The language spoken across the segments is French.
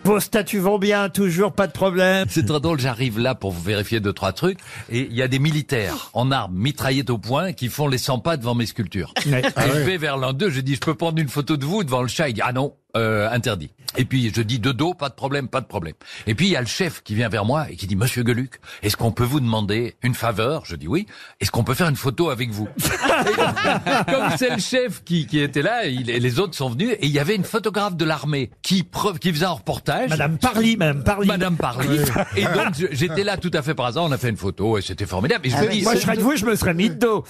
Vos statuts vont bien, toujours, pas de problème. C'est très drôle, j'arrive là pour vous vérifier 2-3 trucs, et il y a des militaires en armes, mitraillettes au poing, qui font les 100 pas devant mes sculptures. Ouais. Et je vais vers l'un d'eux, je dis, je peux prendre une photo de vous devant le chat? Il dit, ah non, interdit. Et puis je dis, de dos, pas de problème, pas de problème. Et puis il y a le chef qui vient vers moi et qui dit, Monsieur Gueluc, est-ce qu'on peut vous demander une faveur? Je dis oui. Est-ce qu'on peut faire une photo avec vous? Comme c'est le chef qui était là, et les autres sont venus, et il y avait une photographe de l'armée qui faisait un reportage. Madame Parly. Madame Parly. Et donc j'étais là tout à fait par hasard, on a fait une photo et c'était formidable. Et je me dis, Moi, je serais de vous, je me serais mis de dos.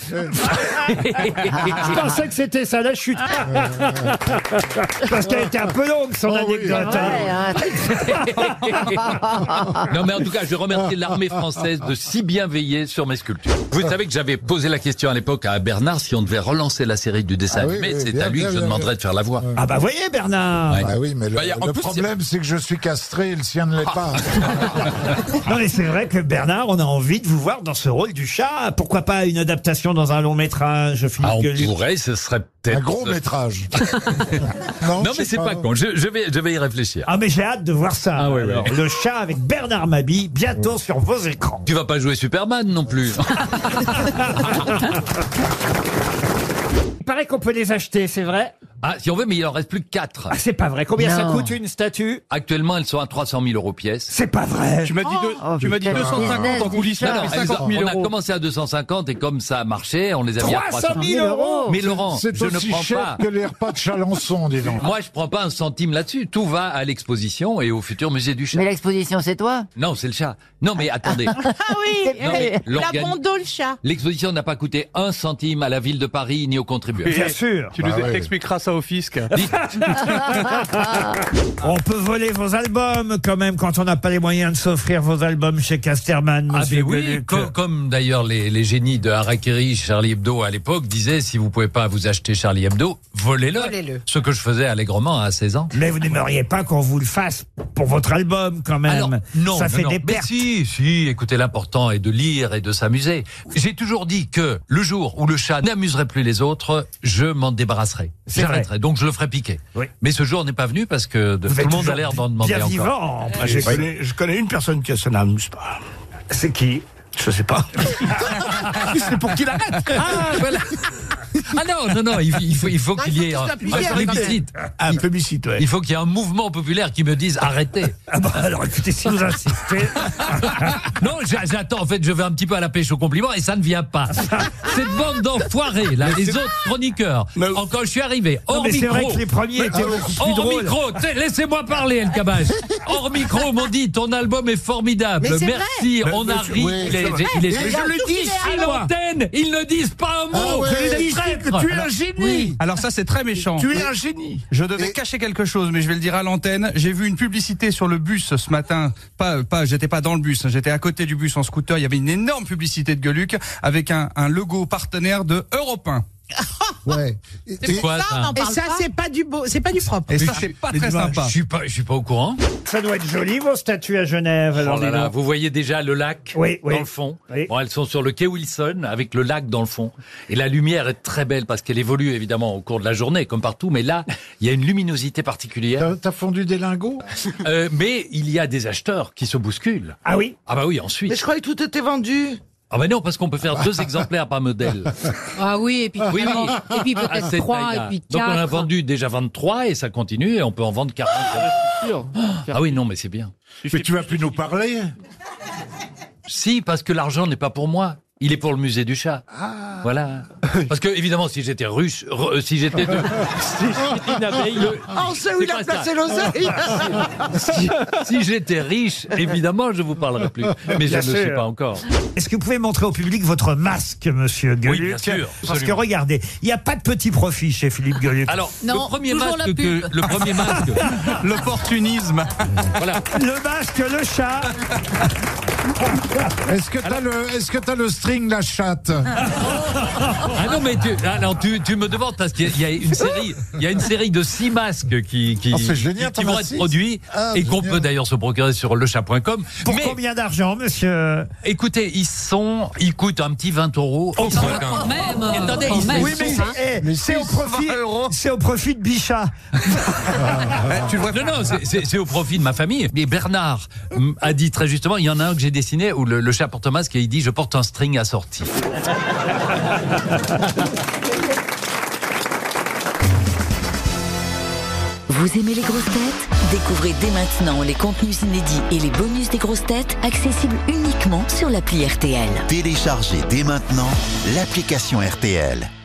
Je pensais que c'était ça, la chute. Parce qu'elle était un peu longue, son anecdote. Non mais en tout cas, je remercie l'armée française de si bien veiller sur mes sculptures. Vous savez que j'avais posé la question à l'époque à Bernard si on devait relancer la série du dessin animé, c'est à lui que je demanderais de faire la voix. Ah bah voyez Bernard. Ouais. Ah oui, mais le plus, problème, c'est que je suis castré et le sien ne l'est pas. Non mais c'est vrai que Bernard, on a envie de vous voir dans ce rôle du chat. Pourquoi pas une adaptation dans un long métrage, Philippe On Gueluc? pourrait, ce serait peut-être... Un gros métrage. Non mais c'est pas con, je vais y réfléchir. Ah mais j'ai hâte de voir ça. Ah ouais, Alors, ouais. le chat avec Bernard Mabille, bientôt sur vos écrans. Tu vas pas jouer Superman non plus. Il paraît qu'on peut les acheter, c'est vrai? Ah, si on veut, mais il en reste plus que 4. Ah, c'est pas vrai. Combien ça Non. coûte une statue? Actuellement, elles sont à 300 000 € pièce. C'est pas vrai. Tu m'as dit, tu m'as dit putain. 250 en coulisses, là, Non, ça fait 50 000 on a euros. commencé à 250 et comme ça a marché, on les a mis à 300 300 000 euros. Mais Laurent, C'est je ne aussi prends cher pas. que les repas de Chalençon, dis donc. Moi, je prends pas un centime là-dessus. Tout va à l'exposition et au futur musée du chat. Mais l'exposition, c'est toi? Non, c'est le chat. Non, mais attendez. Ah oui, Non, mais la bondo, le chat. L'exposition n'a pas coûté un centime à la ville de Paris ni aux contribuables. Bien sûr. Tu Bah nous ouais. expliqueras ça au fisc. On peut voler vos albums quand même quand on n'a pas les moyens de s'offrir vos albums chez Casterman, Ah monsieur ben oui, Gueluc. comme d'ailleurs les génies de Harakiri, Charlie Hebdo à l'époque disaient, si vous pouvez pas vous acheter Charlie Hebdo, volez-le. Ce que je faisais allègrement à 16 ans. Mais vous n'aimeriez pas qu'on vous le fasse pour votre album quand même. Alors, non, ça fait non, des mais pertes. si, écoutez, l'important est de lire et de s'amuser. J'ai toujours dit que le jour où le chat n'amuserait plus les autres, je m'en débarrasserai. C'est J'arrêterai, donc je le ferai piquer. Oui. Mais ce jour n'est pas venu parce que Vous tout êtes le monde a toujours l'air d'en demander bien encore. vivant. Je connais une personne qui ça n'amuse pas. C'est qui? Je sais pas. C'est pour qu'il arrête. Ah, voilà. Ah non, il faut qu'il y ait un plébiscite. Un plébiscite, ouais. Il faut qu'il y ait un mouvement populaire qui me dise arrêtez. Ah bah alors écoutez, si vous insistez. Non, j'attends, en fait, je vais un petit peu à la pêche au compliment et ça ne vient pas. Cette bande d'enfoirés, là, les autres chroniqueurs, quand je suis arrivé, Non, hors mais c'est vrai micro, que les premiers étaient beaucoup plus hors drôles. micro, laissez-moi parler, El Kabach. Hors micro, m'ont dit, ton album est formidable, Mais c'est merci, vrai. on a Mais ri. oui, Il est- c'est vrai. il est- Mais je le dis ici, à moi. l'antenne, ils ne disent pas un mot. Ah ouais. Je le dis ici traîtres. que tu es un génie. Alors ça, c'est très méchant. Tu es un génie. Je devais cacher quelque chose, mais je vais le dire à l'antenne. J'ai vu une publicité sur le bus ce matin. J'étais pas dans le bus, j'étais à côté du bus en scooter. Il y avait une énorme publicité de Gueluc avec un logo partenaire de Europe 1. Ouais. C'est quoi ça? Et ça, c'est pas du beau, c'est pas du propre. Et ça, c'est pas très sympa. Je suis pas au courant. Ça doit être joli vos statues à Genève. Alors, Oh là dis là, donc. vous voyez déjà le lac Oui, oui. dans le fond. Oui. Bon, elles sont sur le quai Wilson avec le lac dans le fond. Et la lumière est très belle parce qu'elle évolue évidemment au cours de la journée comme partout. Mais là, il y a une luminosité particulière. T'as fondu des lingots? Mais il y a des acheteurs qui se bousculent. Ah oui. Ah bah oui, ensuite. Mais je croyais que tout était vendu. Ah bah non, parce qu'on peut faire 2 exemplaires par modèle. Ah oui, et puis, Oui, oui. et puis À peut-être cette 3, taille-là. et puis 4. Donc on a vendu déjà 23 et ça continue et on peut en vendre 40. Ah oui, non, mais c'est bien. Mais tu vas plus nous parler. Si, parce que l'argent n'est pas pour moi. Il est pour le musée du chat. Voilà. Parce que, évidemment, si j'étais russe, si j'étais une abeille, On sait où il a placé l'oseille. si j'étais riche, évidemment, je vous parlerais plus. Mais je Bien ne le suis sûr. pas encore. Est-ce que vous pouvez montrer au public votre masque, monsieur Gueluc? bien sûr, Parce que absolument. regardez, il n'y a pas de petit profit chez Philippe Gueluc. Alors, Non, le premier toujours masque la pub. le premier masque, L'opportunisme. voilà. Le masque, le chat. Est-ce que t'as le string, la chatte? Ah non, mais tu me demandes parce qu'il y a une série de 6 masques qui c'est génial, qui t'en vont as être 6. produits et qu'on génial. peut d'ailleurs se procurer sur lechat.com. Pour Mais combien d'argent, monsieur? écoutez, ils coûtent un petit 20 €. Oh, Quand même. Attendez, quand même. Oui, mais c'est au profit de Bichat. Non, c'est au profit de ma famille. Mais Bernard a dit très justement, il y en a un que j'ai dessiné où le chat porte un masque et il dit « Je porte un string assorti ». Vous aimez les grosses têtes? Découvrez dès maintenant les contenus inédits et les bonus des grosses têtes accessibles uniquement sur l'appli RTL. Téléchargez dès maintenant l'application RTL.